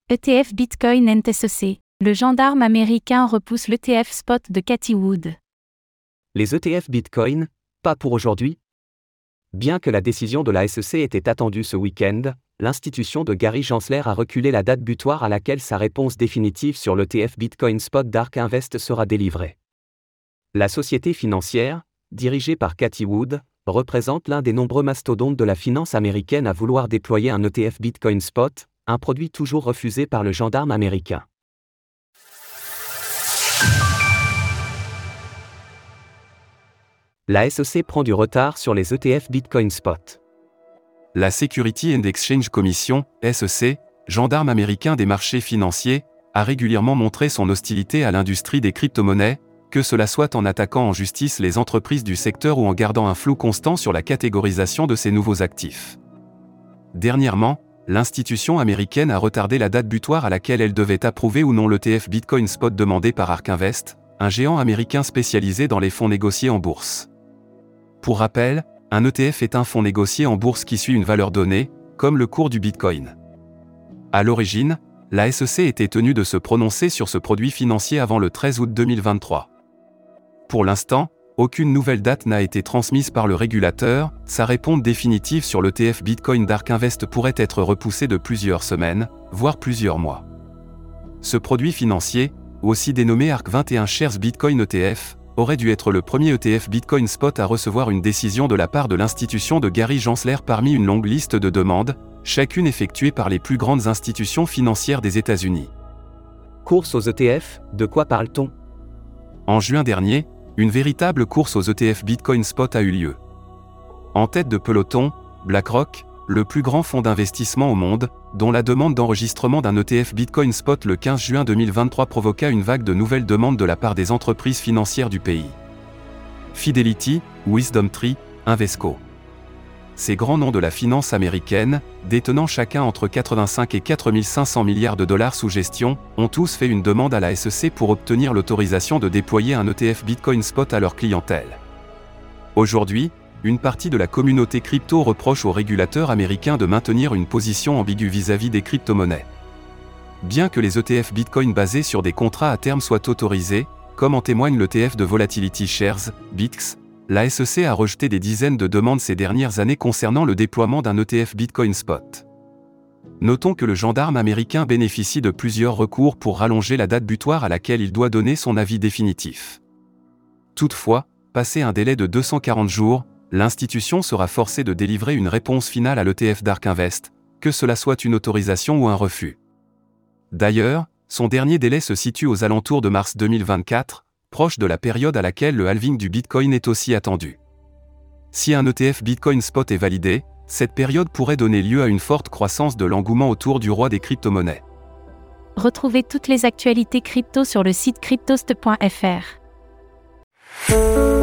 ETF Bitcoin and SEC. Le gendarme américain repousse l'ETF spot de Cathie Wood. Les ETF Bitcoin, pas pour aujourd'hui. Bien que la décision de la SEC était attendue ce week-end, l'institution de Gary Gensler a reculé la date butoir à laquelle sa réponse définitive sur l'ETF Bitcoin Spot d'Ark Invest sera délivrée. La société financière, dirigée par Cathie Wood, représente l'un des nombreux mastodontes de la finance américaine à vouloir déployer un ETF Bitcoin Spot, un produit toujours refusé par le gendarme américain. La SEC prend du retard sur les ETF Bitcoin Spot. La Security and Exchange Commission, SEC, gendarme américain des marchés financiers, a régulièrement montré son hostilité à l'industrie des crypto-monnaies, que cela soit en attaquant en justice les entreprises du secteur ou en gardant un flou constant sur la catégorisation de ces nouveaux actifs. Dernièrement, l'institution américaine a retardé la date butoir à laquelle elle devait approuver ou non l'ETF Bitcoin Spot demandé par Ark Invest, un géant américain spécialisé dans les fonds négociés en bourse. Pour rappel, un ETF est un fonds négocié en bourse qui suit une valeur donnée, comme le cours du Bitcoin. À l'origine, la SEC était tenue de se prononcer sur ce produit financier avant le 13 août 2023. Pour l'instant, aucune nouvelle date n'a été transmise par le régulateur. Sa réponse définitive sur l'ETF Bitcoin d'Ark Invest pourrait être repoussée de plusieurs semaines, voire plusieurs mois. Ce produit financier, aussi dénommé Ark 21 Shares Bitcoin ETF, aurait dû être le premier ETF Bitcoin Spot à recevoir une décision de la part de l'institution de Gary Gensler parmi une longue liste de demandes, chacune effectuée par les plus grandes institutions financières des États-Unis. Course aux ETF, de quoi parle-t-on ? En juin dernier, une véritable course aux ETF Bitcoin Spot a eu lieu. En tête de peloton, BlackRock, le plus grand fonds d'investissement au monde, dont la demande d'enregistrement d'un ETF Bitcoin Spot le 15 juin 2023 provoqua une vague de nouvelles demandes de la part des entreprises financières du pays. Fidelity, WisdomTree, Invesco. Ces grands noms de la finance américaine, détenant chacun entre 85 et 4 500 milliards de dollars sous gestion, ont tous fait une demande à la SEC pour obtenir l'autorisation de déployer un ETF Bitcoin Spot à leur clientèle. Aujourd'hui, une partie de la communauté crypto reproche aux régulateurs américains de maintenir une position ambiguë vis-à-vis des crypto-monnaies. Bien que les ETF Bitcoin basés sur des contrats à terme soient autorisés, comme en témoigne l'ETF de Volatility Shares, BITX, la SEC a rejeté des dizaines de demandes ces dernières années concernant le déploiement d'un ETF Bitcoin Spot. Notons que le gendarme américain bénéficie de plusieurs recours pour rallonger la date butoir à laquelle il doit donner son avis définitif. Toutefois, passé un délai de 240 jours, l'institution sera forcée de délivrer une réponse finale à l'ETF d'Ark Invest, que cela soit une autorisation ou un refus. D'ailleurs, son dernier délai se situe aux alentours de mars 2024, proche de la période à laquelle le halving du Bitcoin est aussi attendu. Si un ETF Bitcoin Spot est validé, cette période pourrait donner lieu à une forte croissance de l'engouement autour du roi des crypto-monnaies. Retrouvez toutes les actualités crypto sur le site cryptost.fr.